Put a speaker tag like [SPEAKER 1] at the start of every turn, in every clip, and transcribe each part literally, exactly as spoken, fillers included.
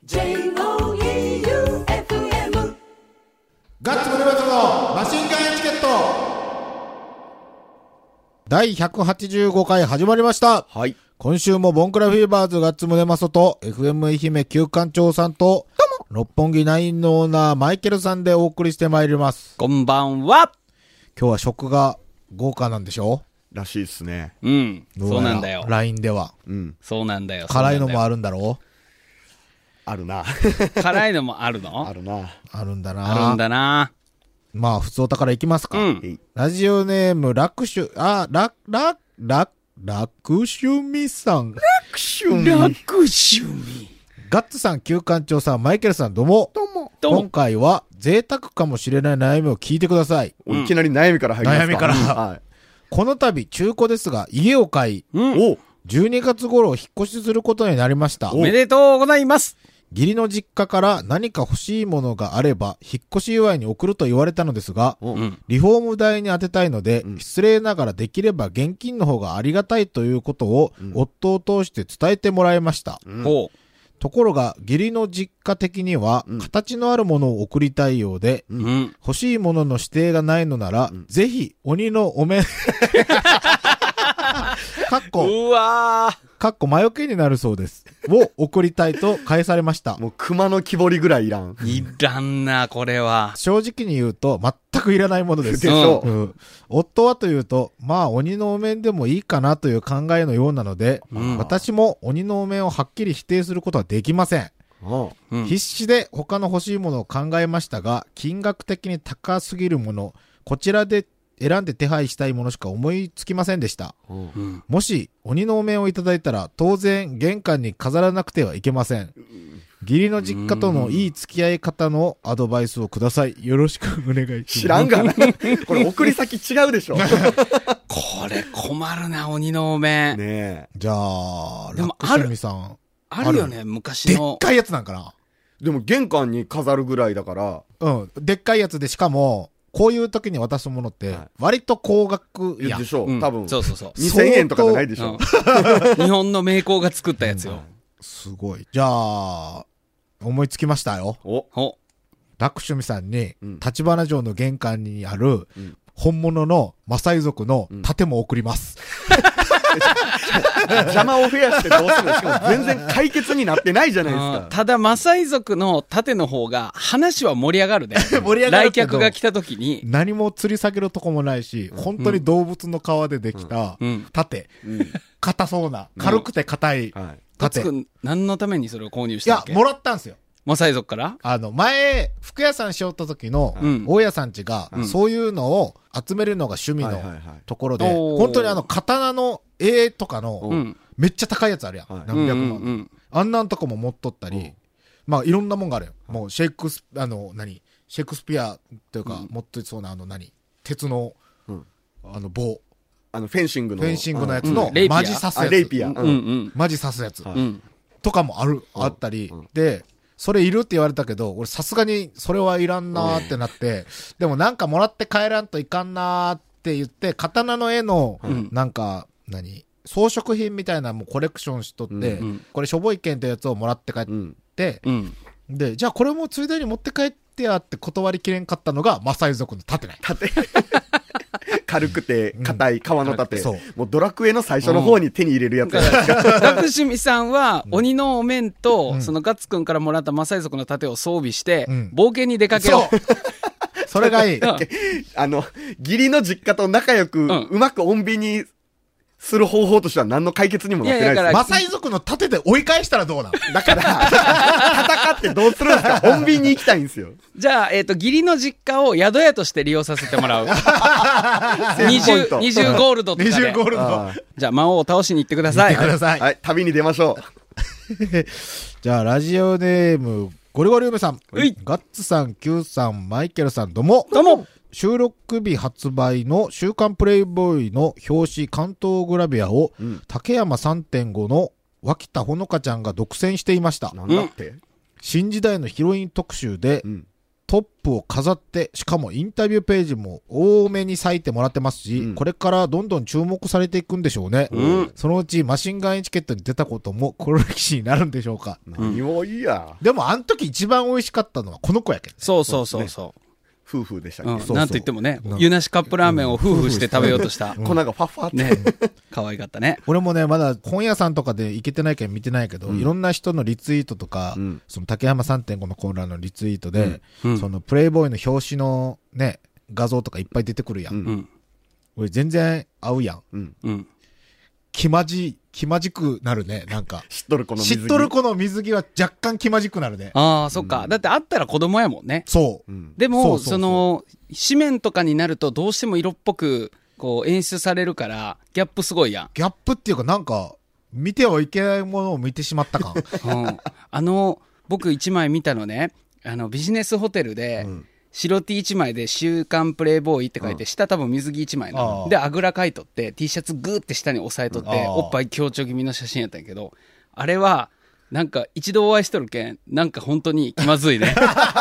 [SPEAKER 1] ジェイオーイーユーエフエム
[SPEAKER 2] ガッツムネマソのマシンガンエチケットだいひゃくはちじゅうごかい始まりました。
[SPEAKER 3] はい。
[SPEAKER 2] 今週もボンクラフィーバーズガッツムネマソと エフエム 愛媛旧館長さんと六本木ナインのオーナーマイケルさんでお送りしてまいります。
[SPEAKER 4] こんばんは。
[SPEAKER 2] 今日は食が豪華なんでしょ
[SPEAKER 3] らしいですね。
[SPEAKER 4] うん。そうなんだよ。
[SPEAKER 2] ライン では。
[SPEAKER 3] うん。
[SPEAKER 4] そうなんだよ。
[SPEAKER 2] 辛いのもあ
[SPEAKER 4] る。
[SPEAKER 2] るんだろう。
[SPEAKER 3] あるな。
[SPEAKER 4] 辛いのもあるの
[SPEAKER 3] あるな。
[SPEAKER 2] あるんだな。
[SPEAKER 4] あるんだな。
[SPEAKER 2] まあ、普通お宝いきますか。
[SPEAKER 4] うん。
[SPEAKER 2] ラジオネーム、ラクシュ、あ、ラ、ラ、ラ、ラクシュミさん。
[SPEAKER 3] ラクシュミ。
[SPEAKER 4] ラクシュミ。
[SPEAKER 2] ガッツさん、旧館長さん、マイケルさん、どうも。
[SPEAKER 3] どうも。
[SPEAKER 4] どうも
[SPEAKER 2] 今回は、贅沢かもしれない悩みを聞いてください。
[SPEAKER 3] いきなり悩みから入りますか。
[SPEAKER 2] 悩みから
[SPEAKER 3] はい。
[SPEAKER 2] この度、中古ですが、家を買い、
[SPEAKER 4] うん。
[SPEAKER 3] お
[SPEAKER 2] じゅうにがつ頃引っ越しすることになりました。
[SPEAKER 4] おめでとうございます。
[SPEAKER 2] 義理の実家から何か欲しいものがあれば、引っ越し祝いに送ると言われたのですが、
[SPEAKER 3] お
[SPEAKER 4] うん。
[SPEAKER 2] リフォーム代に当てたいので、
[SPEAKER 3] うん
[SPEAKER 2] 失礼ながらできれば現金の方がありがたいということを、
[SPEAKER 3] うん
[SPEAKER 2] 夫を通して伝えてもらいました。
[SPEAKER 3] うん
[SPEAKER 4] ほ
[SPEAKER 2] ところが、義理の実家的には
[SPEAKER 3] うん、
[SPEAKER 2] 形のあるものを送りたいようで、
[SPEAKER 4] う。うん。
[SPEAKER 2] 欲しいものの指定がないのなら、
[SPEAKER 3] うん
[SPEAKER 2] ぜひ、鬼のお面、かっこ、
[SPEAKER 4] うわー。
[SPEAKER 2] かっこ魔除けになるそうです。を送りたいと返されました。
[SPEAKER 3] もう熊の木彫りぐらいいらん。
[SPEAKER 4] いらんな、これは。
[SPEAKER 2] 正直に言うと、全くいらないものです。
[SPEAKER 3] でしょう。
[SPEAKER 2] うん夫はというと、まあ鬼のお面でもいいかなという考えのようなので、
[SPEAKER 4] うん
[SPEAKER 2] 私も鬼のお面をはっきり否定することはできません。
[SPEAKER 3] あ
[SPEAKER 4] うん。
[SPEAKER 2] 必死で他の欲しいものを考えましたが、金額的に高すぎるもの、こちらで選んで手配したいものしか思いつきませんでした。
[SPEAKER 3] うん
[SPEAKER 4] うん。
[SPEAKER 2] もし鬼のお面をいただいたら、当然玄関に飾らなくてはいけません。義理の実家とのいい付き合い方のアドバイスをください。よろしくお願いします。
[SPEAKER 3] 知らんがな。これ送り先違うでしょ。ね
[SPEAKER 4] これ困るな、鬼のお面。
[SPEAKER 3] え。
[SPEAKER 2] じゃあ、
[SPEAKER 4] でも
[SPEAKER 2] ラックシュミさん。
[SPEAKER 4] あるよね、昔
[SPEAKER 2] でっ
[SPEAKER 4] の。
[SPEAKER 2] かいやつなんかな。
[SPEAKER 3] でも玄関に飾るぐらいだから、
[SPEAKER 2] うん。でっかいやつで、しかも、こういう時に渡すものって
[SPEAKER 3] はい、
[SPEAKER 2] 割と高額やん。
[SPEAKER 3] でしょう。
[SPEAKER 4] うん
[SPEAKER 3] 多分。
[SPEAKER 4] そうそうそう。
[SPEAKER 3] にせんえんとかじゃないでしょ。
[SPEAKER 4] うん日本の名工が作ったやつよ。
[SPEAKER 2] すごい。じゃあ、思いつきましたよ。
[SPEAKER 3] お。
[SPEAKER 4] ほ。
[SPEAKER 2] ラクシュミさんに
[SPEAKER 3] うん、
[SPEAKER 2] 立花城の玄関にある
[SPEAKER 3] うん、
[SPEAKER 2] 本物のマサイ族の盾も送ります。
[SPEAKER 3] 邪魔を増やしてどうするしかも全然解決になってないじゃないですか。
[SPEAKER 4] ただ、マサイ族の盾の方が話は盛り上がるね。
[SPEAKER 2] 盛り上がる
[SPEAKER 4] 来
[SPEAKER 2] けど
[SPEAKER 4] 客が来た時に、
[SPEAKER 2] 何も吊り下げるとこもないし、本当に動物の皮でできた
[SPEAKER 4] うん。
[SPEAKER 2] 盾。
[SPEAKER 3] うん。
[SPEAKER 2] 硬そうな、軽くて硬い
[SPEAKER 3] はい。
[SPEAKER 2] 盾。い
[SPEAKER 4] タツくん、何のためにそれを購入したっ、け
[SPEAKER 2] やもらったんすよ。
[SPEAKER 4] マサイ族から
[SPEAKER 2] あの、前、服屋さんしよった時の
[SPEAKER 4] う、ん。
[SPEAKER 2] 大家さんちが
[SPEAKER 4] う、ん
[SPEAKER 2] そういうのを集めるのが趣味の
[SPEAKER 3] はいはいはい。
[SPEAKER 2] ところで、
[SPEAKER 4] おー
[SPEAKER 2] 本当にあの、刀の絵とか
[SPEAKER 4] う
[SPEAKER 2] の、
[SPEAKER 4] ん。
[SPEAKER 2] めっちゃ高いやつあるやん。
[SPEAKER 3] はい
[SPEAKER 2] 何百
[SPEAKER 4] うん
[SPEAKER 2] 万。
[SPEAKER 4] うん
[SPEAKER 2] あんなんとかも持っとったり
[SPEAKER 3] うん、
[SPEAKER 2] まあ、いろんなもんがあるよ。もう、シェイクス、あの、何シェイクスピアというか
[SPEAKER 4] うん、
[SPEAKER 2] 持ってそうな、あの、何鉄の
[SPEAKER 3] うん、
[SPEAKER 2] あの、棒。
[SPEAKER 3] あの、フェンシングの。
[SPEAKER 2] フェンシングのやつ
[SPEAKER 4] う
[SPEAKER 2] の
[SPEAKER 4] んレイピア
[SPEAKER 3] あ、
[SPEAKER 2] マジ刺すやつ。
[SPEAKER 3] レイピア。
[SPEAKER 4] うん。うんうん。
[SPEAKER 2] マジ刺すやつ。
[SPEAKER 3] はい
[SPEAKER 4] うん。
[SPEAKER 2] とかもある、
[SPEAKER 3] うん
[SPEAKER 2] あったり
[SPEAKER 3] うん。
[SPEAKER 2] で、それいるって言われたけど、俺さすがにそれはいらんなーってなって、でもなんかもらって帰らんといかんなーって言って、刀の絵の
[SPEAKER 4] う、ん。
[SPEAKER 2] なんか、何装飾品みたいなもうコレクションしとって、
[SPEAKER 3] うん
[SPEAKER 4] うん。
[SPEAKER 2] これしょぼい剣ってやつをもらって帰っ
[SPEAKER 3] うん。
[SPEAKER 2] て、
[SPEAKER 4] うん。
[SPEAKER 2] で、じゃあこれもついでに持って帰ってやって断りきれんかったのが、マサイ族の盾ない。
[SPEAKER 3] 盾。軽くて、硬い革の盾。
[SPEAKER 2] そう
[SPEAKER 3] もうドラクエの最初の方に手に入れるやつ。
[SPEAKER 4] ラクシミさんは、鬼のお面と、
[SPEAKER 2] うん
[SPEAKER 4] そのガッツくんからもらったマサイ族の盾を装備して、
[SPEAKER 2] うん
[SPEAKER 4] 冒険に出かけ
[SPEAKER 2] そう
[SPEAKER 4] よ
[SPEAKER 2] それがいい。
[SPEAKER 4] うん
[SPEAKER 3] あの、義理の実家と仲良く、
[SPEAKER 4] ん
[SPEAKER 3] うまく穏便にする方法としては何の解決にもなってないです
[SPEAKER 4] いやいやだ
[SPEAKER 2] マサイ族の盾で追い返したらどうなん
[SPEAKER 3] だから、戦ってどうするんですか穏便に行きたいんですよ。
[SPEAKER 4] じゃあ、えっ、と、義理の実家を宿屋として利用させてもらう。にじゅう、にじゅうゴールドとかで。
[SPEAKER 2] にじゅうゴールド。
[SPEAKER 3] あ
[SPEAKER 4] じゃあ、魔王を倒しに行ってください。
[SPEAKER 2] 見てください。
[SPEAKER 3] はい、旅に出ましょ
[SPEAKER 2] じゃあ、ラジオネーム、ゴリゴリ梅さん。
[SPEAKER 4] はい
[SPEAKER 2] ガッツさん、Q さん、マイケルさん、どうも。
[SPEAKER 4] どうも。
[SPEAKER 2] 収録日発売の週刊プレイボーイの表紙関東グラビアを、
[SPEAKER 3] う。うん。
[SPEAKER 2] 竹山 さんてんご の脇田ほのかちゃんが独占していました。
[SPEAKER 3] なんだって
[SPEAKER 2] 新時代のヒロイン特集で、
[SPEAKER 3] うん。
[SPEAKER 2] トップを飾って、しかもインタビューページも多めに割いてもらってますし、うん、これからどんどん注目されていくんでしょうね。うん、そのうちマシンガンエチケットに出たことも黒歴史になるんでしょうか。
[SPEAKER 3] 何もいいや。
[SPEAKER 2] でもあの時一番美味しかったのはこの子やけど、ね。
[SPEAKER 4] そうそうそうそう。
[SPEAKER 3] 夫婦でしたっけ、
[SPEAKER 4] うん、
[SPEAKER 3] そうそう
[SPEAKER 4] なんと言ってもね、湯なしカップラーメンを夫婦して食べようとした。
[SPEAKER 3] うん、粉がファッファって。
[SPEAKER 4] ね。可愛かったね。
[SPEAKER 2] 俺もね、まだ本屋さんとかで行けてないけど見てないけど、うん、いろんな人のリツイートとか、うん、その竹山 さんてんご のコーナーのリツイートで、うん、そのプレイボーイの表紙のね、画像とかいっぱい出てくるやん。うん、俺全然合うやん。うんうん気まじ、気まじくなるね、なんか。
[SPEAKER 3] 知っとる子の水着。
[SPEAKER 2] 知っとる子の水着は若干気まじくなるね。
[SPEAKER 4] ああ、そっか、うん。だってあったら子供やもんね。
[SPEAKER 2] そう。
[SPEAKER 4] でも、そうそうそうその、紙面とかになるとどうしても色っぽく、こう演出されるから、ギャップすごいやん。
[SPEAKER 2] ギャップっていうかなんか、見てはいけないものを見てしまった感。
[SPEAKER 4] うん。あの、僕一枚見たのね、あの、ビジネスホテルで、うん白 T 一枚で週刊プレイボーイって書いて、うん、下多分水着一枚なの。で、あぐらかいとって、T シャツグーって下に押さえとって、おっぱい強調気味の写真やったんやけど、あれは、なんか一度お会いしとるけん、なんか本当に気まずいね。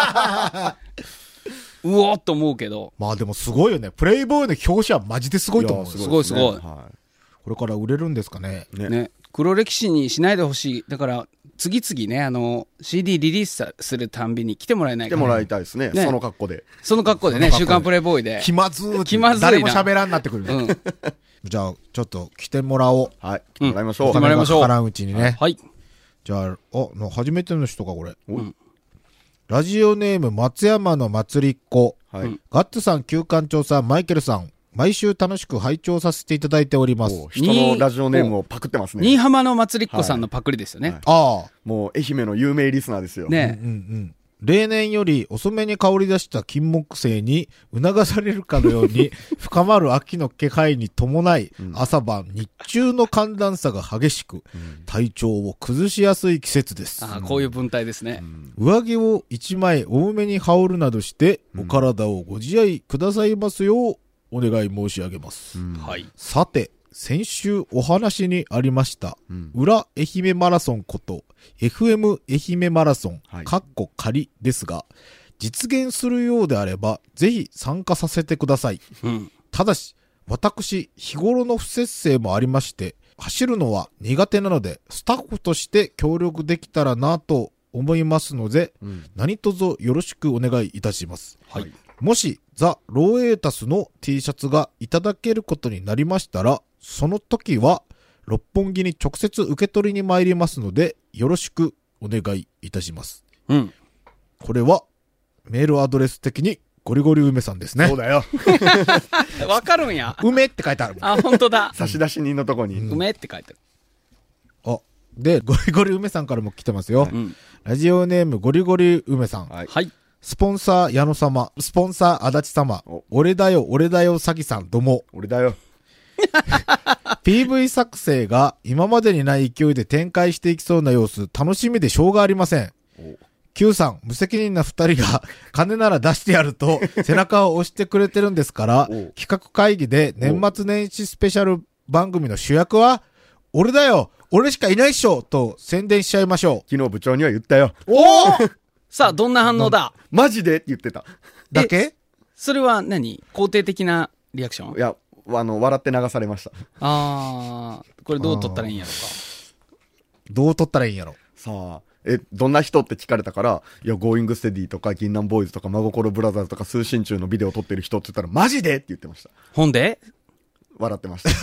[SPEAKER 4] うおーっと思うけど。
[SPEAKER 2] まあでもすごいよね。プレイボーイの表紙はマジですごいと思う。
[SPEAKER 4] すごいすごい。はい、
[SPEAKER 2] これから売れるんですかね。
[SPEAKER 4] ね。ね黒歴史にしないでほしい。だから、次々ね、あの、シーディー リリースするたんびに来てもらえないかな。
[SPEAKER 3] 来てもらいたいですね。ねその格好で。
[SPEAKER 4] その格好でね、週刊プレイボーイで。
[SPEAKER 2] 気まずー。
[SPEAKER 4] 気まずいな。
[SPEAKER 2] 誰も喋らんなってくるね。うん、じゃあ、ちょっと来てもらおう。
[SPEAKER 3] はい。来てもらいましょう。
[SPEAKER 4] 来てもらいましょう。
[SPEAKER 2] かからんうちにね。
[SPEAKER 4] はい。
[SPEAKER 2] じゃあ、あ、初めての人か、これ。うん、ラジオネーム、松山の祭りっ子。はい。ガッツさん、旧館長さん、マイケルさん。毎週楽しく拝聴させていただいております。
[SPEAKER 3] 人のラジオネームをパクってますね。
[SPEAKER 4] 新居浜の祭りっ子さんのパクリですよね。はいはい、
[SPEAKER 2] ああ。
[SPEAKER 3] もう愛媛の有名リスナーですよ。
[SPEAKER 4] ね、
[SPEAKER 2] うんうん。例年より遅めに香り出した金木犀に促されるかのように深まる秋の気配に伴い、朝晩日中の寒暖差が激しく、体調を崩しやすい季節です。
[SPEAKER 4] ああ、こういう文体ですね。
[SPEAKER 2] 上着を一枚多めに羽織るなどして、お体をご自愛くださいますよう、お願い申し上げます。うん、はい。さて、先週お話にありました、うん、裏愛媛マラソンこと、エフエム 愛媛マラソン、はい、かっこ仮ですが、実現するようであれば、ぜひ参加させてください。うん、ただし、私、日頃の不節制もありまして、走るのは苦手なので、スタッフとして協力できたらなと思いますので、うん、何卒よろしくお願いいたします。はい。もし、ザ・ローエータスの T シャツがいただけることになりましたら、その時は、六本木に直接受け取りに参りますので、よろしくお願いいたします。うん。これは、メールアドレス的に、ゴリゴリ梅さんですね。
[SPEAKER 3] そうだよ。
[SPEAKER 4] わかるんや。
[SPEAKER 2] 梅って書いてあるもん。
[SPEAKER 4] あ、本当だ。
[SPEAKER 3] 差出人のとこに。
[SPEAKER 4] うん、梅って書いてある。
[SPEAKER 2] あ、で、ゴリゴリ梅さんからも来てますよ。うん、ラジオネーム、ゴリゴリ梅さん。はい。はいスポンサー矢野様、スポンサー足立様、俺だよ、俺だよ、詐欺さん、どうも。
[SPEAKER 3] 俺だよ。
[SPEAKER 2] ピーブイ 作成が今までにない勢いで展開していきそうな様子、楽しみでしょうがありません。Q さん、無責任な二人が金なら出してやると背中を押してくれてるんですから、企画会議で年末年始スペシャル番組の主役は、俺だよ、俺しかいないっしょと宣伝しちゃいましょう。
[SPEAKER 3] 昨日部長には言ったよ。
[SPEAKER 4] おーさあ、どんな反応だ
[SPEAKER 3] マジでって言ってた。
[SPEAKER 2] だけ
[SPEAKER 4] それは何肯定的なリアクション
[SPEAKER 3] いや、あの、笑って流されました。
[SPEAKER 4] あー、これどう取ったらいいんやろか。
[SPEAKER 2] どう取ったらいいんやろ。
[SPEAKER 3] さあ、え、どんな人って聞かれたから、いや、ゴーイングステディとか、銀杏ボーイズとか、真心ブラザーズとか、通信中のビデオ撮ってる人って言ったら、マジでって言ってました。
[SPEAKER 4] ほんで
[SPEAKER 3] 笑ってました。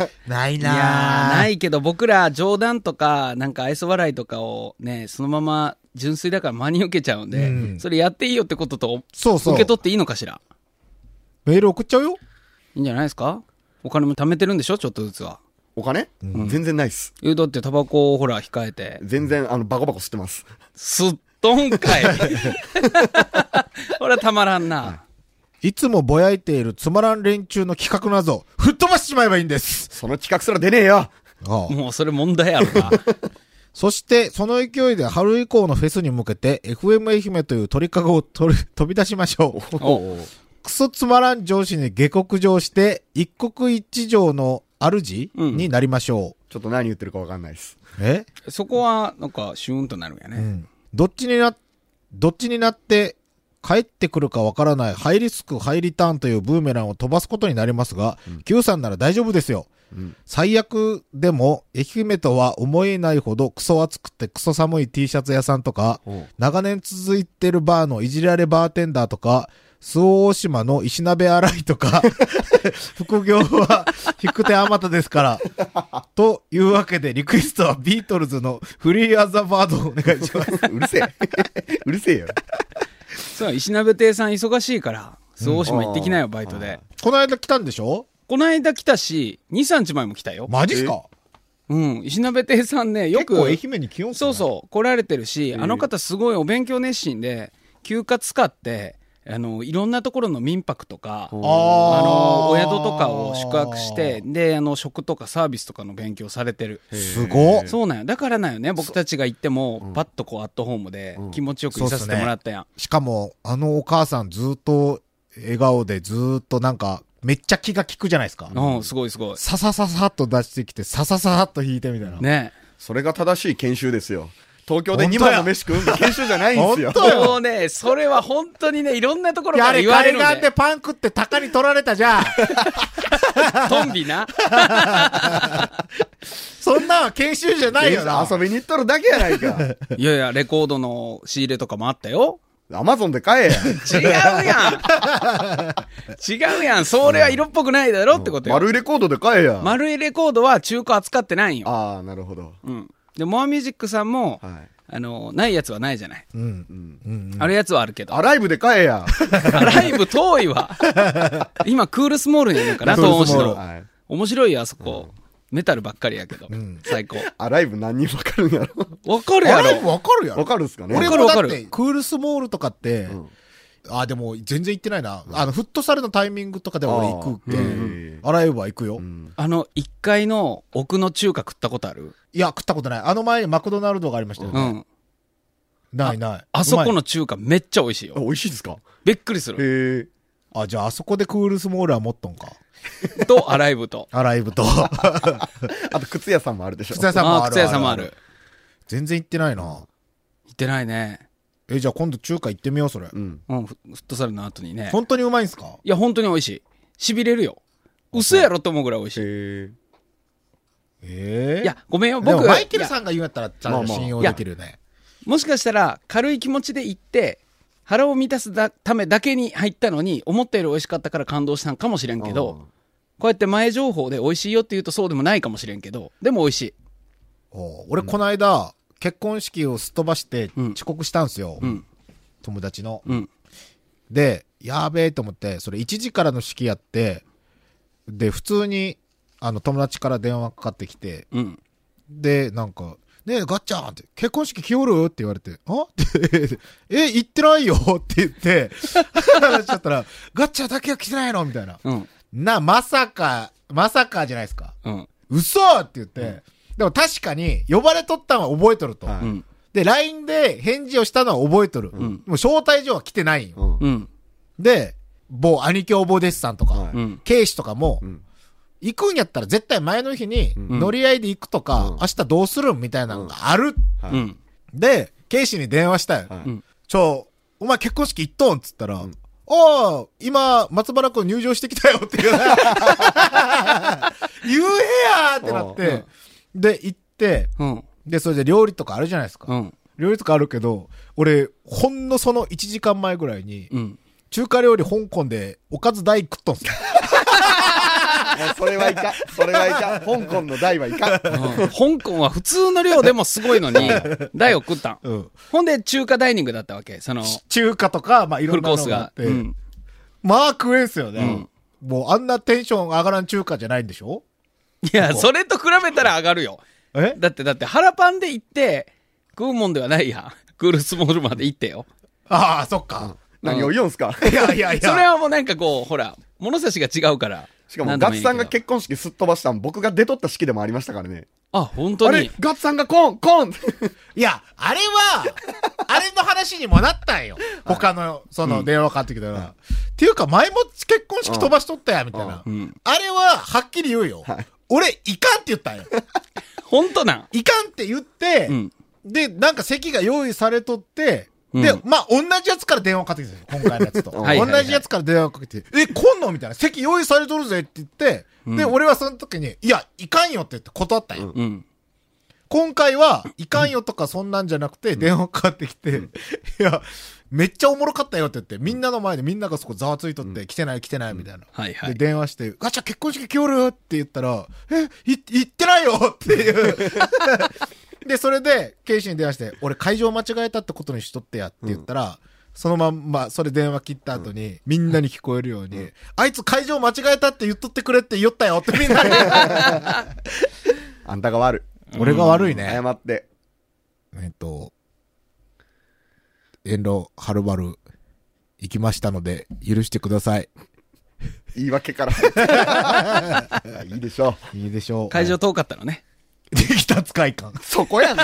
[SPEAKER 2] ないなぁ。
[SPEAKER 4] いやー、ないけど僕ら冗談とか、なんか愛想笑いとかをね、そのまま純粋だから真に受けちゃうんで、うん、それやっていいよってことと、
[SPEAKER 2] そうそう。
[SPEAKER 4] 受け取っていいのかしら。
[SPEAKER 2] メール送っちゃうよ。
[SPEAKER 4] いいんじゃないですかお金も貯めてるんでしょちょっとずつは。
[SPEAKER 3] お金、うん、全然ないっす。
[SPEAKER 4] え、だってタバコをほら控えて。
[SPEAKER 3] 全然、あの、バコバコ吸ってます。
[SPEAKER 4] 吸っとんかい。ほらたまらんな。
[SPEAKER 2] いつもぼやいているつまらん連中の企画など、吹っ飛ばしちまえばいいんです。
[SPEAKER 3] その企画すら出ねえよ。あ
[SPEAKER 4] あもうそれ問題やろな。
[SPEAKER 2] そして、その勢いで春以降のフェスに向けて、エフエム 愛媛という鳥かごを飛び出しましょう。おうクソつまらん上司に下克上して、一国一城の主、うん、になりましょう。
[SPEAKER 3] ちょっと何言ってるかわかんないです。
[SPEAKER 2] え
[SPEAKER 4] そこは、なんか、シューンとなるんやね。うん。
[SPEAKER 2] どっちにな、どっちになって、 帰ってくるかわからないハイリスクハイリターンというブーメランを飛ばすことになりますが、うん、Q さんなら大丈夫ですよ。うん、最悪でも、愛媛とは思えないほどクソ暑くてクソ寒い T シャツ屋さんとか、長年続いてるバーのいじられバーテンダーとか、周防大島の石鍋洗いとか、副業は引く手あまたですから。というわけで、リクエストはビートルズのフリーアザバードをお願いします。
[SPEAKER 3] うるせえ。うるせえよ。
[SPEAKER 4] そう、石鍋亭さん忙しいから、周防大島行ってきなよ、バイトで。
[SPEAKER 2] この間来たんでしょ？
[SPEAKER 4] この間来たし、に、さんにちまえも来たよ。
[SPEAKER 2] マジっすか？
[SPEAKER 4] うん。石鍋亭さんね、よく。
[SPEAKER 2] 結構愛媛に来よんすね。
[SPEAKER 4] そうそう、来られてるし、あの方すごいお勉強熱心で、休暇使って、あの、いろんなところの民泊とか、あの、お宿とかを宿泊して、で、あの、食とかサービスとかの勉強されてる。
[SPEAKER 2] すごっ。
[SPEAKER 4] そうなんよ。だからなんよね、僕たちが行っても、パッとこう、アットホームで気持ちよくいさせてもらったやん。
[SPEAKER 2] ね、しかも、あのお母さんずっと、笑顔でずっとなんか、めっちゃ気が利くじゃないですか。
[SPEAKER 4] うん、すごいすごい。
[SPEAKER 2] ささささっと出してきて、さささっと引いてみたいな。
[SPEAKER 4] ね。
[SPEAKER 3] それが正しい研修ですよ。東京でにまんの飯食うんで研修じゃないんですよ。
[SPEAKER 4] もうね、それは本当にね、いろんなところから言われるんで。
[SPEAKER 2] 海岸でパン食って鷹に取られたじゃん。
[SPEAKER 4] トンビな。
[SPEAKER 2] そんなんは研修じゃないよな。
[SPEAKER 3] 遊びに行っとるだけやないか。
[SPEAKER 4] いやいや、レコードの仕入れとかもあったよ。
[SPEAKER 3] アマゾンで買えや。
[SPEAKER 4] 違うやん。違うやん。それは色っぽくないだろってことよ。
[SPEAKER 3] 丸いレコードで買えや。
[SPEAKER 4] 丸いレコードは中古扱ってないんよ。
[SPEAKER 3] ああ、なるほど。
[SPEAKER 4] うん。で、モアミュージックさんも、はい、あの、ないやつはないじゃない。うん。うん。あるやつはあるけど。
[SPEAKER 3] アライブで買えや。
[SPEAKER 4] アライブ遠いわ。今、クールスモールにいるのかな、東市の。はい、面白いよ、あそこ。うん、メタルばっかりやけど。うん、最高。
[SPEAKER 3] アライブ何人わかるんやろ。
[SPEAKER 4] わかるやろ。
[SPEAKER 2] アライブわかるやろ。
[SPEAKER 3] わかるんすかね。
[SPEAKER 2] 俺もだって、クールスモールとかって、うん、あ、でも全然行ってないな。あの、フットサルのタイミングとかで俺行くっけ。アライブは行くよ。うん、
[SPEAKER 4] あの、いっかいの奥の中華食ったことある？
[SPEAKER 2] いや、食ったことない。あの前にマクドナルドがありましたよね。うん。ないない。
[SPEAKER 4] あ, あそこの中華めっちゃ美味しいよ。
[SPEAKER 3] 美味しいですか？
[SPEAKER 4] びっくりする。
[SPEAKER 2] へえ。あ、じゃああそこでクールスモールは持っとんか。
[SPEAKER 4] と、アライブと。
[SPEAKER 2] アライブと。
[SPEAKER 3] あと、靴屋さんもあるでしょ。
[SPEAKER 2] 靴屋さんもある。
[SPEAKER 4] 靴屋さんもある。
[SPEAKER 2] 全然行ってないな。
[SPEAKER 4] 行ってないね。
[SPEAKER 2] え、じゃあ今度中華行ってみよう、それ。
[SPEAKER 4] うん。うん、フットサルの後にね。
[SPEAKER 2] 本当にうまいんすか？
[SPEAKER 4] いや、本当に美味しい。痺れるよ。嘘やろと思うぐらい美味しい。へ
[SPEAKER 2] え。ええ。
[SPEAKER 4] いや、ごめんよ、僕。
[SPEAKER 2] マイケルさんが言うんやったら、ちゃんと信用できるね。
[SPEAKER 4] もしかしたら、軽い気持ちで行って、腹を満たすためだけに入ったのに、思ったより美味しかったから感動したんかもしれんけど、こうやって前情報で美味しいよって言うとそうでもないかもしれんけど、でも美味しい。
[SPEAKER 2] お俺、この間、結婚式をすっ飛ばして遅刻したんすよ。うん、友達の、うん。で、やーべえと思って、それいちじからの式やって、で、普通に、あの、友達から電話かかってきて、うん、で、なんか、ねえ、ガッチャンって、結婚式来よるって言われて、あってえ、行ってないよって言って、話しちゃったら、ガッチャだけは来てないのみたいな。うん、な、まさか、まさかじゃないですか。うん、嘘って言って、うん、でも確かに、呼ばれとったのは覚えとると。うん、で、ライン で返事をしたのは覚えとる。うん、もう招待状は来てないんよ。うん、で、某兄貴おぼ弟子さんとか、うん、警視とかも、うん、行くんやったら絶対前の日に乗り合いで行くとか、うん、明日どうするんみたいなのがある。うん、で、警視に電話したよ。うん、ちょ、お前結婚式行っとんっつったら、うん、ああ、今、松原君入場してきたよっていう。言えやーってなって、うん、で、行って、うん、で、それで料理とかあるじゃないですか。うん、料理とかあるけど、俺、ほんのそのいちじかんまえぐらいに、うん、中華料理香港でおかず大食っとんすよ。
[SPEAKER 3] それはいかん。それはいかん。香港の大はいかん。
[SPEAKER 4] うん、香港は普通の量でもすごいのに、大を食ったん。うん、ほんで中華ダイニングだったわけ。その
[SPEAKER 2] 中華とか、まあいろんなのがあって。うん、まあ食えんすよね、うん。もうあんなテンション上がらん中華じゃないんでしょ？
[SPEAKER 4] いや、それと比べたら上がるよ。え？だって、だって腹パンで行って、食うもんではないやん。クールスモールまで行ってよ。
[SPEAKER 2] ああ、そっか。
[SPEAKER 3] うん、何を言うんすか？
[SPEAKER 2] いやいやいや。
[SPEAKER 4] それはもうなんかこう、ほら、物差しが違うから。
[SPEAKER 3] しかも、ガッツさんが結婚式すっ飛ばしたん、僕が出とった式でもありましたからね。
[SPEAKER 4] あ、本当に。
[SPEAKER 3] あれ、ガッツさんがコン、コン
[SPEAKER 2] いや、あれは、あれの話にもなったんよ。他の、その、電話かかってきたら。うん、っていうか、前も結婚式飛ばしとったや、みたいな。うん、あれは、はっきり言うよ。はい、俺、いかんって言ったんよ。
[SPEAKER 4] 本当なん？
[SPEAKER 2] いかんって言って、うん、で、なんか席が用意されとって、 で、
[SPEAKER 4] うん、
[SPEAKER 2] まあ、同じやつから電話かけてきたんですよ、今回のやつと。
[SPEAKER 4] はいはいはい
[SPEAKER 2] 同じやつから電話かけて、え、来んのみたいな。席用意されとるぜって言って、
[SPEAKER 4] うん、
[SPEAKER 2] で、俺はその時に、いや、いかんよって言って断ったんよ。
[SPEAKER 4] うん。
[SPEAKER 2] 今回は、いかんよとかそんなんじゃなくて、電話かかってきて、うん、いや、めっちゃおもろかったよって言って、みんなの前でみんながそこざわついとって、うん、来てない来てないみたいな。
[SPEAKER 4] はいはい。
[SPEAKER 2] で、電話して、ガチャ結婚式来おるって言ったら、え、い、行ってないよっていう。で、それで、ケイシに電話して、俺会場間違えたってことにしとってやって言ったら、うん、そのまんま、それ電話切った後に、うん、みんなに聞こえるように、うん、あいつ会場間違えたって言っとってくれって言ったよってみんなに。
[SPEAKER 3] あんたが悪い。
[SPEAKER 2] 俺が悪いね。
[SPEAKER 3] 謝って。
[SPEAKER 2] えっと、遠路はるばる行きましたので、許してください。
[SPEAKER 3] 言い訳から。いいでしょ
[SPEAKER 2] う。いいでしょう。
[SPEAKER 4] 会場遠かったのね。
[SPEAKER 2] できた使い感。
[SPEAKER 3] そこやん。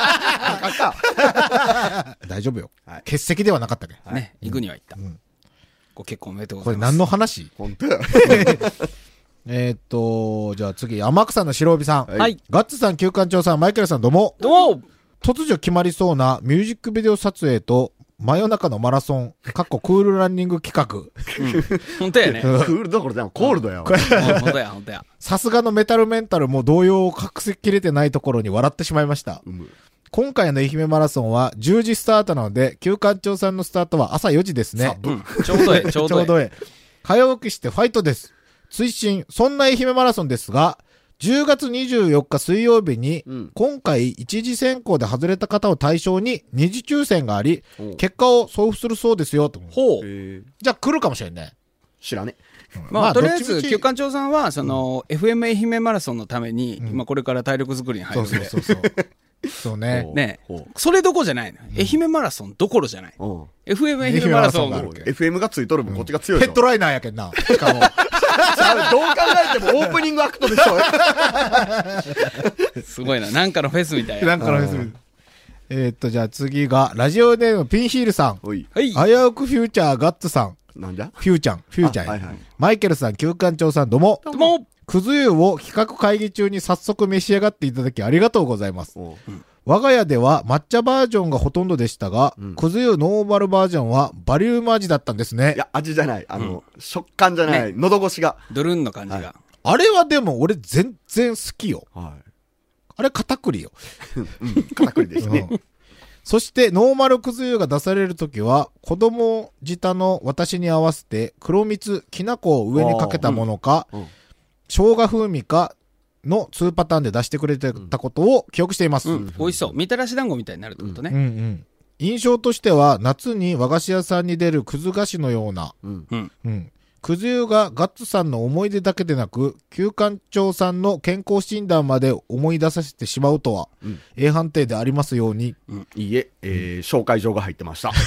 [SPEAKER 2] 大丈夫よ。
[SPEAKER 3] はい、
[SPEAKER 2] 欠席ではなかったっけ、
[SPEAKER 4] はい、ね、行くには行った。うん、ご結婚おめでとうございます。
[SPEAKER 2] これ何の話？
[SPEAKER 3] 本当や。
[SPEAKER 2] えっと、じゃあ次、天草の白帯さん。
[SPEAKER 4] はい。
[SPEAKER 2] ガッツさん、旧館長さん、マイケルさん、どうも。
[SPEAKER 4] どうも。
[SPEAKER 2] 突如決まりそうなミュージックビデオ撮影と、真夜中のマラソン、かっこクールランニング企画。
[SPEAKER 4] うん。本当やね。
[SPEAKER 3] クールどころじゃん、コールドやわ。
[SPEAKER 4] 本当や、本当や。
[SPEAKER 2] さすがのメタルメンタルも動揺を隠せきれてないところに笑ってしまいました。うん、今回の愛媛マラソンはじゅうじスタートなので、旧館長さんのスタートは朝よじですね。
[SPEAKER 4] うん、ちょうどええ、ちょうどええ。
[SPEAKER 2] ちょうどええ。早起きしてファイトです。追伸、そんな愛媛マラソンですが、じゅうがつにじゅうよっか水曜日に、うん、今回一次選考で外れた方を対象に二次抽選があり、結果を送付するそうですよと。
[SPEAKER 4] ほう。
[SPEAKER 2] じゃあ来るかもしれんね。
[SPEAKER 3] 知らね。
[SPEAKER 4] うん、まあ、まあ、とりあえず、旧館長さんは、その、うん、エフエム 愛媛マラソンのために、うん、今これから体力作りに入るんで。
[SPEAKER 2] そうそうそうそう。そうね。
[SPEAKER 4] ねそれどころじゃないの。愛媛マラソンどころじゃない。エフエム 愛媛マラソンがある。
[SPEAKER 3] エフエム がついとる分、こっちが強い。
[SPEAKER 2] ヘッドライナーやけんな。しかも。
[SPEAKER 3] どう考えてもオープニングアクトでしょ。
[SPEAKER 4] すごいな。なんかのフェスみたいな。
[SPEAKER 2] なんかのフェスみたいな。えー、っと、じゃあ次が、ラジオネームピンヒールさん。
[SPEAKER 3] はい。
[SPEAKER 2] 危うくフューチャーガッツさん。
[SPEAKER 3] なんじゃ
[SPEAKER 2] フューちゃん。フューチャー、はいはい。マイケルさん、旧館長さん、どうも。
[SPEAKER 4] どうも。
[SPEAKER 2] くず湯を企画会議中に早速召し上がっていただきありがとうございます。うん我が家では抹茶バージョンがほとんどでしたが、うん、くず湯ノーマルバージョンはバリウム味だったんですね。
[SPEAKER 3] いや、味じゃない。あの、うん、食感じゃない。ね、喉越しが。
[SPEAKER 4] ドルンの感じが、はい。
[SPEAKER 2] あれはでも俺全然好きよ。はい、あれ片栗よ。
[SPEAKER 3] うん、片栗ですね。うん
[SPEAKER 2] そしてノーマルくず湯が出されるときは子供舌の私に合わせて黒蜜、きな粉を上にかけたものか、うんうん、生姜風味かのにパターンで出してくれてたことを記憶しています。
[SPEAKER 4] うん、美味しそう。みたらし団子みたいになるってことね。
[SPEAKER 2] うんうん、印象としては夏に和菓子屋さんに出るくず菓子のような、うんうん、くず湯がガッツさんの思い出だけでなく旧館長さんの健康診断まで思い出させてしまうとは、うん、A 判定でありますように、
[SPEAKER 3] うん、いいえ、えー、紹介状が入ってました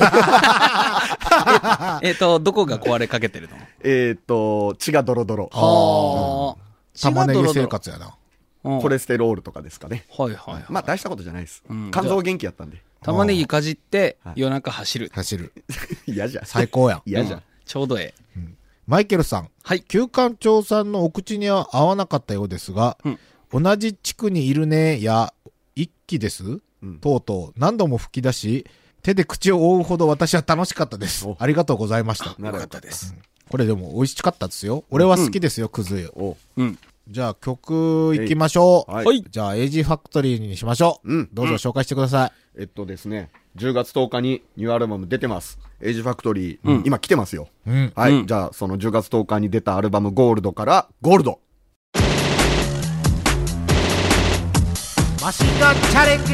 [SPEAKER 4] えっとどこが壊れかけてるの？
[SPEAKER 3] えっと血がドロドロ。
[SPEAKER 2] はあ、玉ねぎ生活やな。
[SPEAKER 3] コレステロールとかですかね。
[SPEAKER 4] はいはい、はい、
[SPEAKER 3] まあ大したことじゃないです、うん、肝臓元気やったんで
[SPEAKER 4] 玉ねぎかじって夜中走る
[SPEAKER 2] 走る
[SPEAKER 3] 嫌じゃん
[SPEAKER 2] 最高やん
[SPEAKER 3] 嫌じゃん、うん、
[SPEAKER 4] ちょうどええ、
[SPEAKER 2] うん、マイケルさん、
[SPEAKER 4] はい、
[SPEAKER 2] 旧館長さんのお口には合わなかったようですが、うん、同じ地区にいるねや一気です、うん、とうとう何度も吹き出し手で口を覆うほど私は楽しかったです。ありがとうございました。
[SPEAKER 4] よかったです、
[SPEAKER 2] うん、これでも美味しかったですよ。俺は好きですよ、うん、くず湯。うん。じゃあ曲いきましょう。はい。じゃあエイジファクトリーにしましょう。うん。どうぞ紹介してください。
[SPEAKER 3] えっとですね、じゅうがつとおかにニューアルバム出てます。エイジファクトリー。うん、今来てますよ。うん。はい。うん、じゃあそのじゅうがつとおかに出たアルバムゴールドからゴールド。
[SPEAKER 2] マシンガンチャレンジ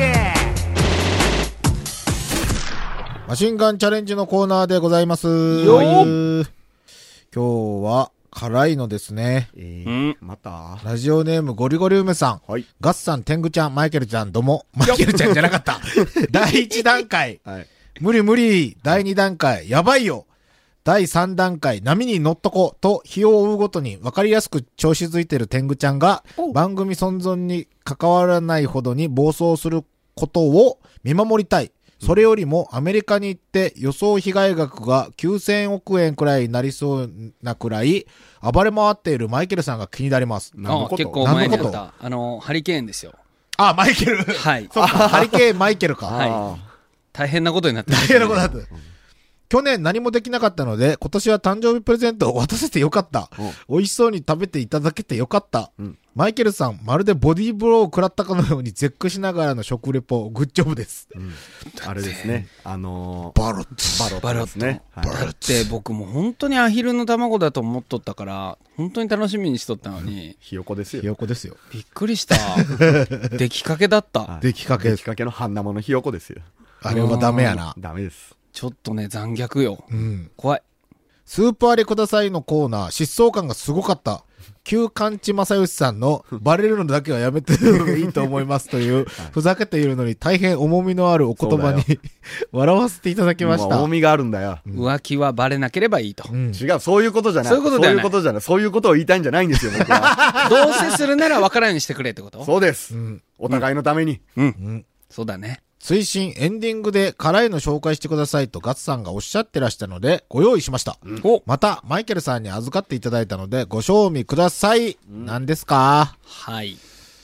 [SPEAKER 2] マシンガンチャレンジのコーナーでございます。よー今日は辛いのですね。
[SPEAKER 3] えー、また
[SPEAKER 2] ラジオネームゴリゴリ梅さん。はい。ガッサン、テングちゃん、マイケルちゃん、どうも。マイケルちゃんじゃなかった。だいいち段階。はい。無理無理。だいに段階。やばいよ。だいさん段階。波に乗っとこ。と、日を追うごとに分かりやすく調子づいてるテングちゃんが、番組存続に関わらないほどに暴走することを見守りたい。それよりもアメリカに行って予想被害額がきゅうせんおくえんくらいになりそうなくらい暴れ回っているマイケルさんが気になります。
[SPEAKER 4] 何のこと？結構前にあったあのハリケーンですよ。
[SPEAKER 2] あ、マイケル。
[SPEAKER 4] はい。
[SPEAKER 2] そうか、ハリケーンマイケルか。
[SPEAKER 4] はい。 大変なことになってる、
[SPEAKER 2] 大変なことになってる。去年何もできなかったので、今年は誕生日プレゼントを渡せてよかった。美味しそうに食べていただけてよかった。うん、マイケルさん、まるでボディーブローを食らったかのように絶句しながらの食レポ、グッジョブです。うん、
[SPEAKER 3] あれですね。あのー、
[SPEAKER 2] バロット。
[SPEAKER 4] バロットですね。
[SPEAKER 2] バロット。
[SPEAKER 4] だって僕も本当にアヒルの卵だと思っとったから、本当に楽しみにしとったのに。
[SPEAKER 3] ひよこですよ。
[SPEAKER 2] ひよこですよ。
[SPEAKER 4] びっくりした。出来かけだった。
[SPEAKER 2] 出来かけ。
[SPEAKER 3] 出来かけの半生のひよこですよ。
[SPEAKER 2] あれはダメやな。
[SPEAKER 3] ダメです。
[SPEAKER 4] ちょっとね、残虐よ。うん。怖い。
[SPEAKER 2] スープ割りくださいのコーナー、疾走感がすごかった。旧館地正義さんのバレるのだけはやめてるのがいいと思いますという、ふざけているのに大変重みのあるお言葉に笑わせていただきました。
[SPEAKER 3] 重みがあるんだよ。
[SPEAKER 4] 浮気はバレなければいいと。
[SPEAKER 3] うん、違う、そういうことじゃない。
[SPEAKER 4] そういうことじゃない。そういうこと
[SPEAKER 3] じゃない。そういうことを言いたいんじゃないんですよ、僕は。
[SPEAKER 4] どうせするなら分からんようにしてくれってこと？
[SPEAKER 3] そうです。うん、お互いのために。
[SPEAKER 4] うん。うん。そうだね。
[SPEAKER 2] 追伸エンディングで辛いの紹介してくださいとガツさんがおっしゃってらしたのでご用意しました。うん、またマイケルさんに預かっていただいたのでご賞味ください。うん、何ですか？
[SPEAKER 4] はい。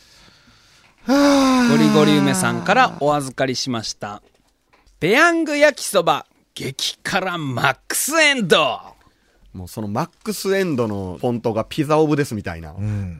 [SPEAKER 4] ゴリゴリ梅さんからお預かりしました。ペヤング焼きそば激辛マックスエンド。
[SPEAKER 3] もうそのマックスエンドのフォントがピザオブですみたいな。うん。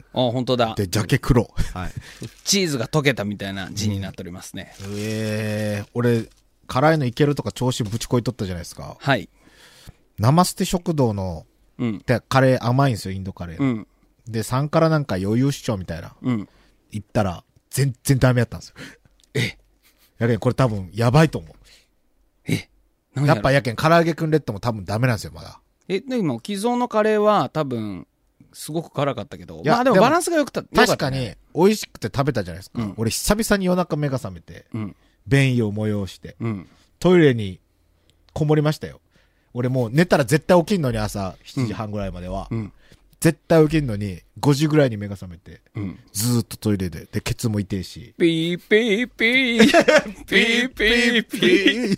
[SPEAKER 4] あ、本当だ。
[SPEAKER 2] で、ジャケ黒。
[SPEAKER 4] はい。チーズが溶けたみたいな字になっておりますね。
[SPEAKER 2] うん、ええー、俺、辛いのいけるとか調子ぶちこいとったじゃないですか。
[SPEAKER 4] はい。
[SPEAKER 2] 生捨て食堂の、うん。で、カレー甘いんですよ、インドカレー。うん。で、さんからなんか余裕主張みたいな。うん。行ったら、全然ダメやったんですよ。
[SPEAKER 4] え
[SPEAKER 2] やけん、これ多分、やばいと思う。
[SPEAKER 4] え
[SPEAKER 2] やっぱやけん、唐揚げくんレッドも多分ダメなんですよ、まだ。
[SPEAKER 4] え、でも既存のカレーは多分、すごく辛かったけど、まあでもバランスが良くた、
[SPEAKER 2] 確かに、美味しくて食べたじゃないですか。うん、俺久々に夜中目が覚めて、うん、便意を催して、うん、トイレにこもりましたよ。俺もう寝たら絶対起きんのに朝しちじはんぐらいまでは、うん、絶対起きんのにごじぐらいに目が覚めて、うん、ずーっとトイレで、で、ケツも痛いし。
[SPEAKER 4] ピーピーピー、ピーピーピー。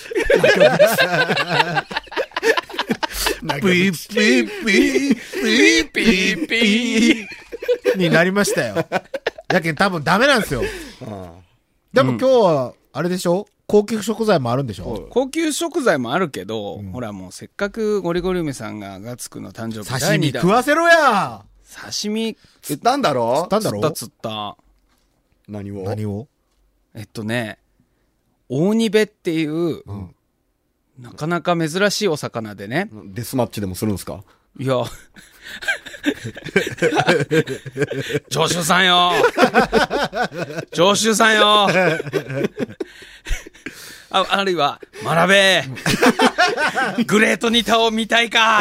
[SPEAKER 2] ピーピーピー、ピーピーピーになりましたよ。だけど多分ダメなんですよ。でも今日は、あれでしょ？高級食材もあるんでしょ？
[SPEAKER 4] 高級食材もあるけど、うん、ほらもうせっかくゴリゴリ梅さんがガツクの誕生日
[SPEAKER 2] 刺身食わせろや！
[SPEAKER 4] 刺身、
[SPEAKER 3] 釣ったんだろ？
[SPEAKER 2] 釣ったんだろ？
[SPEAKER 4] 釣った釣った。
[SPEAKER 3] 何を？
[SPEAKER 2] 何を？
[SPEAKER 4] えっとね、大ニベっていう、うん、なかなか珍しいお魚でね。
[SPEAKER 3] デスマッチでもするんですか？
[SPEAKER 4] いや。長州さんよ長州さんよあ, あるいは、学べグレートニタを見たいか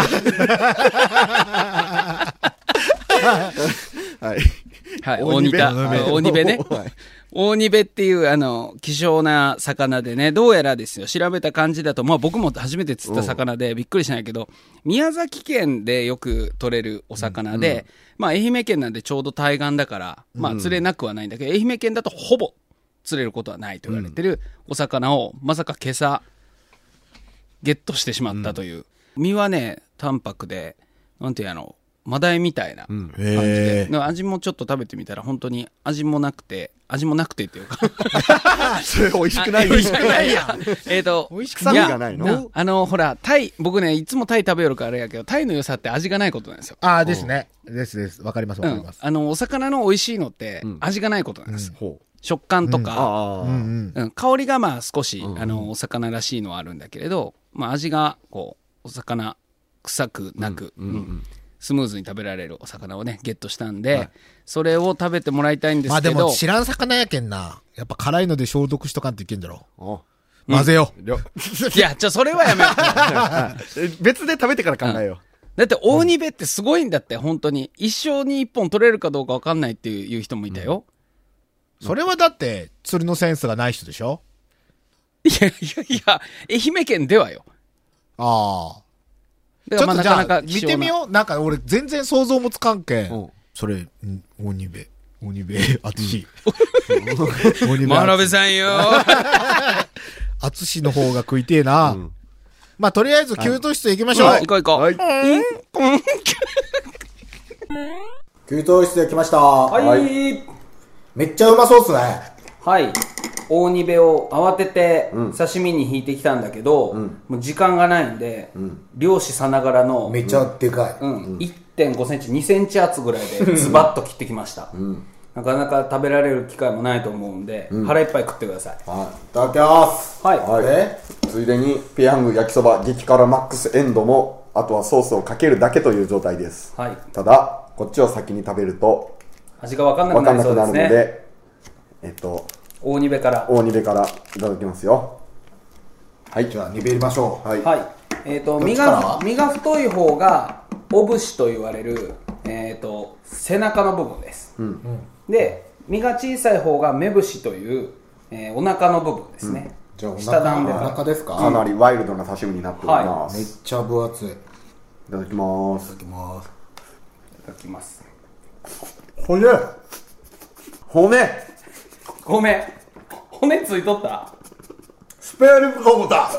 [SPEAKER 4] はい。はい、大ニタ、大ニベね。大ニベっていう、あの、希少な魚でね、どうやらですよ、調べた感じだと、まあ僕も初めて釣った魚でびっくりしないけど、宮崎県でよく取れるお魚で、うんうん、まあ愛媛県なんでちょうど対岸だから、まあ釣れなくはないんだけど、愛媛県だとほぼ釣れることはないと言われてるお魚を、まさか今朝、ゲットしてしまったという。うん、身はね、淡白で、なんていうの、マダイみたいな感じで、うん、味もちょっと食べてみたら本当に味もなくて、味もなくてっていうか
[SPEAKER 3] それ美味しくない。
[SPEAKER 4] 美味しくないやん。えっと、
[SPEAKER 3] 美味しく臭みがないの？
[SPEAKER 4] あの、ほら、タイ、僕ね、いつもタイ食べよるからあれやけど、タイの良さって味がないことなんですよ。
[SPEAKER 2] ああ、ですね。ですです。わかりますわかります、
[SPEAKER 4] うん。あの、お魚の美味しいのって、味がないことなんです。うんうん、食感とか、うんうん、香りがまあ少し、うんうん、あの、お魚らしいのはあるんだけれど、まあ味が、こう、お魚臭くなく、うんうんうんスムーズに食べられるお魚をね、ゲットしたんで、はい、それを食べてもらいたいんですけど。まあでも
[SPEAKER 2] 知らん魚やけんな。やっぱ辛いので消毒しとかんといけんだろ。お混ぜよう。
[SPEAKER 4] うん、いや、ちょ、それはやめよ
[SPEAKER 3] う。別で食べてから考えよう。うん、
[SPEAKER 4] だって大ニベってすごいんだって、本当に。一生に一本取れるかどうか分かんないっていう人もいたよ。
[SPEAKER 2] うん、それはだって、釣りのセンスがない人でしょ？
[SPEAKER 4] いやいやいや、愛媛県ではよ。
[SPEAKER 2] ああ。ちょっとじゃあ、見てみよう。なんか俺全然想像もつかんけん。うん、それ、おにべ。おにべ、あつし。
[SPEAKER 4] 真鍋さんよ。
[SPEAKER 2] あつしの方が食いてえな。うん、まあ、とりあえず、給湯室行きましょう。
[SPEAKER 4] はい、行こう行こう。はい。
[SPEAKER 2] 給湯室で来ました。
[SPEAKER 4] はい。
[SPEAKER 2] めっちゃうまそうっすね。
[SPEAKER 4] はい。 大煮べを慌てて刺身に引いてきたんだけど、うん、もう時間がないんで、うん、漁師さながらの
[SPEAKER 2] めっちゃでかい、
[SPEAKER 4] うんうん、いってんごセンチにセンチ厚ぐらいでズバッと切ってきました、うん、なかなか食べられる機会もないと思うんで、うん、腹いっぱい食ってください。
[SPEAKER 3] はい、いただきます。はい、はい、ついでにペヤング焼きそば激辛マックスエンドもあとはソースをかけるだけという状態です、はい、ただこっちを先に食べると
[SPEAKER 4] 味が分かんなくなりそうですね。分かんなくなるので、
[SPEAKER 3] えっと
[SPEAKER 4] 大煮べから
[SPEAKER 3] 大煮べからいただきますよ。
[SPEAKER 2] はい、じゃあ煮べりましょう。
[SPEAKER 4] はい、はい、えーと身が身が太い方がお節と言われる、えーと背中の部分です、うん、で身が小さい方が目節という、えー、お腹の部分ですね、
[SPEAKER 2] うん、じゃあお腹、下段でお腹ですか。
[SPEAKER 3] かなりワイルドな刺身になっております、
[SPEAKER 2] はい、めっちゃ分厚い。い
[SPEAKER 3] ただきます。
[SPEAKER 2] いただきます。
[SPEAKER 4] いただきます。
[SPEAKER 3] 骨骨
[SPEAKER 4] 骨骨ついとった。
[SPEAKER 3] スペアリブか思った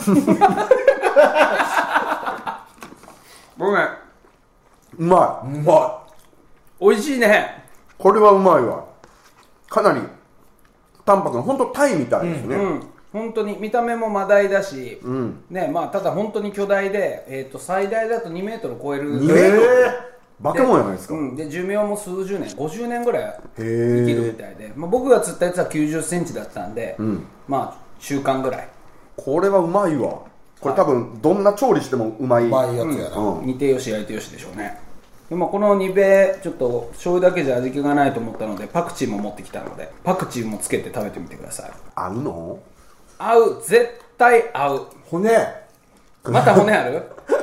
[SPEAKER 4] ごめん。
[SPEAKER 3] うまいうま
[SPEAKER 4] い。美味しいね。
[SPEAKER 3] これはうまいわ。かなり淡白な本当タイみたいですね、うんうん、
[SPEAKER 4] 本当に見た目もマダイだし、うんね、まあ、ただ本当に巨大で、えー、と最大だとにメートル超える。
[SPEAKER 3] にメートルバケモンじゃないですか。
[SPEAKER 4] うん、で寿命も数十年ごじゅうねんぐらい生きるみたいで、まあ、僕が釣ったやつはきゅうじゅっセンチだったんで、うん、まあ中間ぐらい。こ
[SPEAKER 3] れはうまいわ。これ多分どんな調理してもうまい、
[SPEAKER 2] うまいやつやな、
[SPEAKER 4] うん、煮てよし焼いてよしでしょうね。で、まあ、この煮べちょっと醤油だけじゃ味気がないと思ったのでパクチーも持ってきたのでパクチーもつけて食べてみてください。
[SPEAKER 3] 合うの？
[SPEAKER 4] 合う、絶対合う。
[SPEAKER 3] 骨
[SPEAKER 4] また骨ある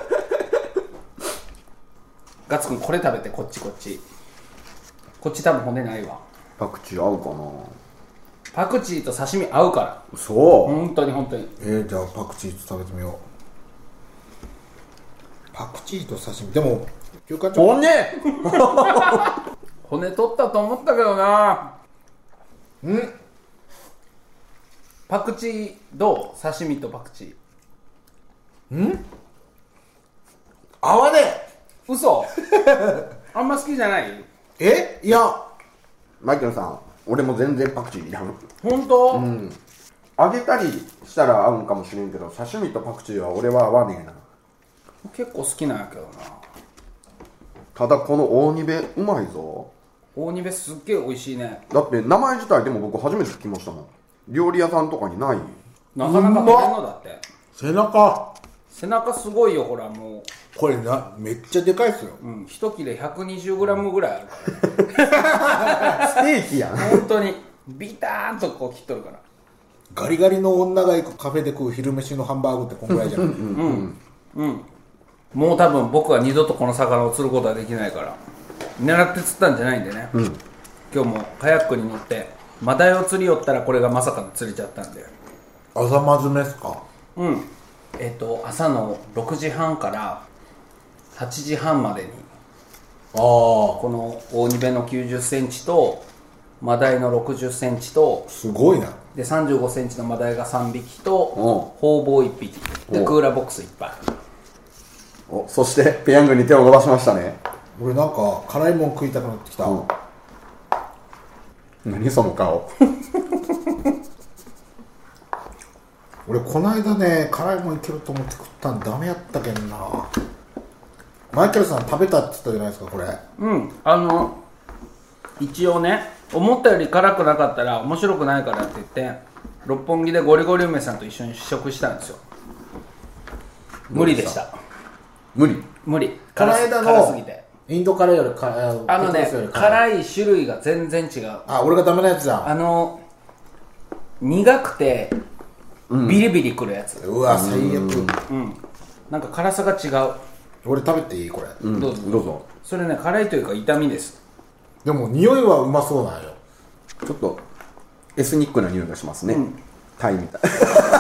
[SPEAKER 4] ガッツくんこれ食べて。こっちこっちこっち多分骨ないわ。
[SPEAKER 3] パクチー合うかな。
[SPEAKER 4] パクチーと刺身合うから。
[SPEAKER 3] そう
[SPEAKER 4] 本当に本当に。
[SPEAKER 2] えー、じゃあパクチーと食べてみよう。パクチーと刺身でも
[SPEAKER 3] 骨
[SPEAKER 4] 骨取ったと思ったけどな。んパクチーどう？刺身とパクチ
[SPEAKER 2] ーん合わねえ。
[SPEAKER 4] 嘘あんま好きじゃない？
[SPEAKER 2] えいや
[SPEAKER 3] マイケルさん俺も全然パクチーいらん。
[SPEAKER 4] 本当？
[SPEAKER 3] うん、揚げたりしたら合うんかもしれんけど刺身とパクチーは俺は合わねえな。
[SPEAKER 4] 結構好きなんやけどな。
[SPEAKER 3] ただこの大煮べうまいぞ。
[SPEAKER 4] 大煮べすっげえ美味しいね。
[SPEAKER 3] だって名前自体でも僕初めて聞きましたもん。料理屋さんとかにない。
[SPEAKER 4] なかなか食べるのだって。
[SPEAKER 2] 背中
[SPEAKER 4] 背中すごいよ。ほらもう
[SPEAKER 2] これなめっちゃでかいっすよ。
[SPEAKER 4] うん、一切れ ひゃくにじゅうグラム ぐらいあるから
[SPEAKER 3] ステーキやん
[SPEAKER 4] 本当にビターンとこう切っとるから。
[SPEAKER 2] ガリガリの女が行くカフェで食う昼飯のハンバーグってこんぐらいじゃんうん、
[SPEAKER 4] うんうん、もう多分僕は二度とこの魚を釣ることはできないから狙って釣ったんじゃないんでね、うん、今日もカヤックに乗ってマダイを釣り寄ったらこれがまさかの釣れちゃったんで。
[SPEAKER 2] 朝まずめっすか？
[SPEAKER 4] うんえっ、ー、と朝のろくじはんからはちじはんまでにあこの大煮べのきゅうじゅっセンチとマダイのろくじゅっセンチと
[SPEAKER 2] すごいな。
[SPEAKER 4] でさんじゅうごセンチのマダイがさんびきとホウボウいっぴきでクーラーボックスいっぱい。
[SPEAKER 3] おそしてペヤングに手を伸ばしましたね。
[SPEAKER 2] 俺なんか辛いもん食いたくなってきた、うん、
[SPEAKER 3] 何その顔
[SPEAKER 2] 俺この間ね辛いもんいけると思って食ったんダメやったけんな。マイケルさん食べたって言ったじゃないですかこれ。
[SPEAKER 4] うんあの一応ね思ったより辛くなかったら面白くないからって言って六本木でゴリゴリ梅さんと一緒に試食したんですよ。無理でした。
[SPEAKER 3] 無理
[SPEAKER 4] 無理。
[SPEAKER 2] この間のインドカレーよりか
[SPEAKER 4] あのね辛い種類が全然違う。
[SPEAKER 2] あ俺がダメなやつだ。
[SPEAKER 4] あの苦くてビリビリくるやつ、
[SPEAKER 2] うん、うわ最悪。うん、
[SPEAKER 4] うん、なんか辛さが違う。
[SPEAKER 2] 俺食べていいこれ、
[SPEAKER 3] うん、どうぞどうぞ。
[SPEAKER 4] それね辛いというか痛みです。
[SPEAKER 2] でも匂いはうまそうなんよ。
[SPEAKER 3] ちょっとエスニックな匂いがしますね、うん、タイみたい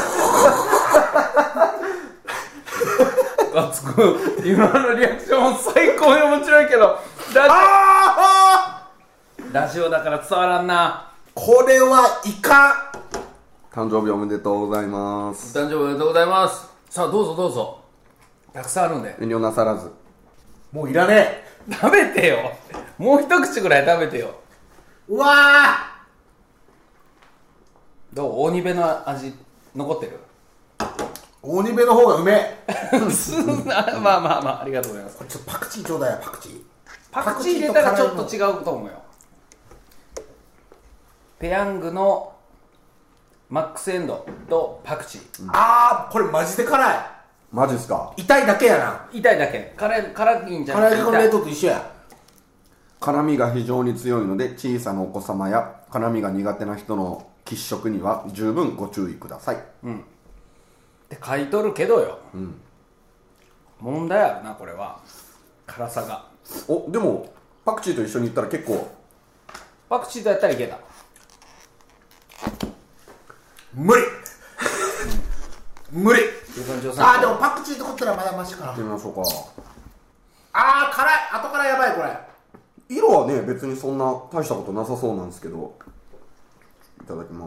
[SPEAKER 4] ガッツくん今のリアクションも最高に面白いけどラジオラジオだから伝わらんな。
[SPEAKER 2] これはいかん。
[SPEAKER 3] 誕生日おめでとうございます。
[SPEAKER 4] 誕生日おめでとうございます。さあどうぞどうぞ。たくさんあるんで
[SPEAKER 3] 遠慮なさらず。
[SPEAKER 2] もういらねえ。
[SPEAKER 4] 食べてよ。もう一口ぐらい食べてよ。
[SPEAKER 2] うわ
[SPEAKER 4] どう？大ニベの味残ってる？
[SPEAKER 5] 大ニベの方がうめえ。
[SPEAKER 4] まあまあまあ、ありがとうございます。
[SPEAKER 5] これちょっとパクチーちょうだいよ、パクチー。
[SPEAKER 4] パクチー入れたらちょっと違うと思うよ。ペヤングのマックスエンドとパクチー、
[SPEAKER 5] うん、あーこれマジで辛い。
[SPEAKER 3] マジっすか。
[SPEAKER 5] 痛いだけやな。
[SPEAKER 4] 痛いだけ。辛い、辛いんじゃなくて
[SPEAKER 5] 辛いが冷凍と一緒や。
[SPEAKER 3] 辛みが非常に強いので小さなお子様や辛みが苦手な人の喫食には十分ご注意ください。
[SPEAKER 4] うんって書いとるけどよ、うん、問題あるなこれは。辛さが。
[SPEAKER 3] おでもパクチーと一緒にいったら結構。
[SPEAKER 4] パクチーとやったらいけた。
[SPEAKER 5] 無理無理。
[SPEAKER 4] あ
[SPEAKER 5] ーでもパクチーとこったらまだマシかな。
[SPEAKER 3] やってみましょうか。
[SPEAKER 5] あー辛い。後からやばいこれ。
[SPEAKER 3] 色はね別にそんな大したことなさそうなんですけど。いただきます。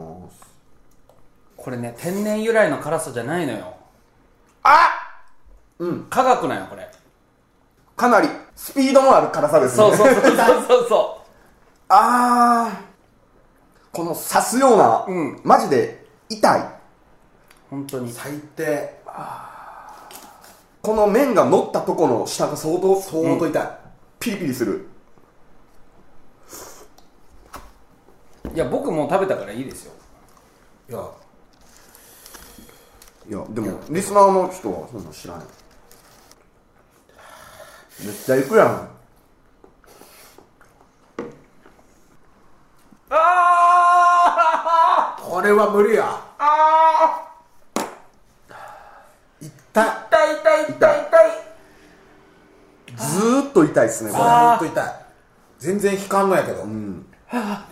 [SPEAKER 4] これね天然由来の辛さじゃないのよ。
[SPEAKER 5] あ
[SPEAKER 3] うん
[SPEAKER 4] 科学なんよこれ。
[SPEAKER 3] かなりスピードのある辛さですね。
[SPEAKER 4] そうそうそうそうそうそう。
[SPEAKER 3] あーこの刺すような、うん、マジで痛い。
[SPEAKER 4] 本当に
[SPEAKER 5] 最低。
[SPEAKER 3] この麺が乗ったとこの下が相当
[SPEAKER 5] 相当痛い、うん、
[SPEAKER 3] ピリピリする。
[SPEAKER 4] いや僕もう食べたからいいですよ。
[SPEAKER 5] いや
[SPEAKER 3] いやでもリスナーの人はそんな知らない。めっちゃいくやん。
[SPEAKER 5] あーこれは無理や。あー痛い痛い痛い痛い痛い。
[SPEAKER 3] ずーっと痛いっすねこれ。
[SPEAKER 5] ずーっと痛い。全然引かんのやけど。うん
[SPEAKER 3] あ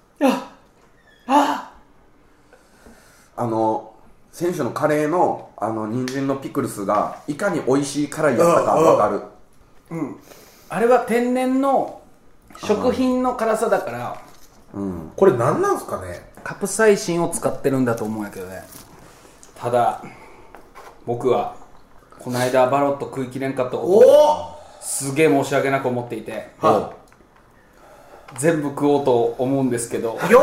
[SPEAKER 3] の選手のカレーのあの人参のピクルスがいかに美味しい辛いやったか分かる。
[SPEAKER 4] うん、うん、あれは天然の食品の辛さだから、
[SPEAKER 5] うん、これ何なんすかね。
[SPEAKER 4] カプサイシンを使ってるんだと思うんやけどね。ただ僕はこの間バロット食いきれんかったことをすげえ申し訳なく思っていて、はい、全部食おうと思うんですけど。
[SPEAKER 5] よーい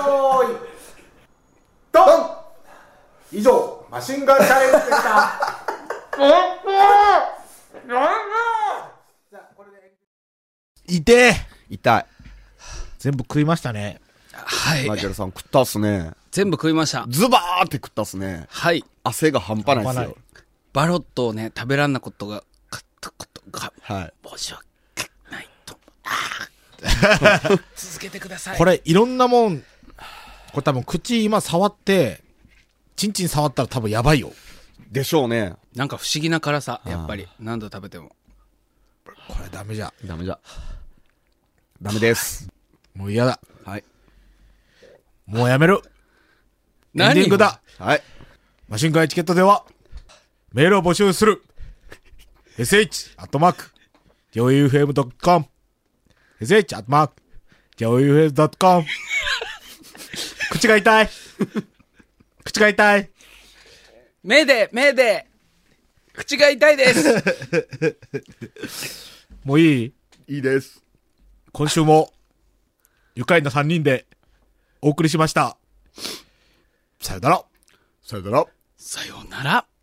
[SPEAKER 5] ドン。以上マシンガンチャレンジでした
[SPEAKER 2] 痛え。
[SPEAKER 3] 痛い。
[SPEAKER 2] 全部食いましたね。
[SPEAKER 4] はい。
[SPEAKER 3] マイケルさん食ったっすね。
[SPEAKER 4] 全部食いました。
[SPEAKER 3] ズバーって食ったっすね。
[SPEAKER 4] はい。
[SPEAKER 3] 汗が半端ないっすよ。
[SPEAKER 4] バロットをね食べらんなことがかったことが、
[SPEAKER 3] はい、
[SPEAKER 4] 申し訳ないと。続けてください。
[SPEAKER 2] これいろんなもん、これ多分口今触ってチンチン触ったら多分やばいよ。
[SPEAKER 3] でしょうね。
[SPEAKER 4] なんか不思議な辛さやっぱり何度食べても。
[SPEAKER 2] これダメじゃ
[SPEAKER 3] ダメじゃダメです。
[SPEAKER 2] もう嫌だ。
[SPEAKER 3] はい。
[SPEAKER 2] もうやめる。エンディングだ。
[SPEAKER 3] はい。
[SPEAKER 2] マシンガンエチケットではメールを募集する。エスエイチ アットマーク ジェイオーユーエフエム ドットコム エスエイチ アットマーク ジェイオーユーエフエム ドットコム 口が痛い。口が痛い。
[SPEAKER 4] 目で目で口が痛いです。
[SPEAKER 2] もういい？
[SPEAKER 3] いいです。
[SPEAKER 2] 今週も愉快なさんにんでお送りしました。さよなら。
[SPEAKER 3] さよなら。
[SPEAKER 4] さよなら。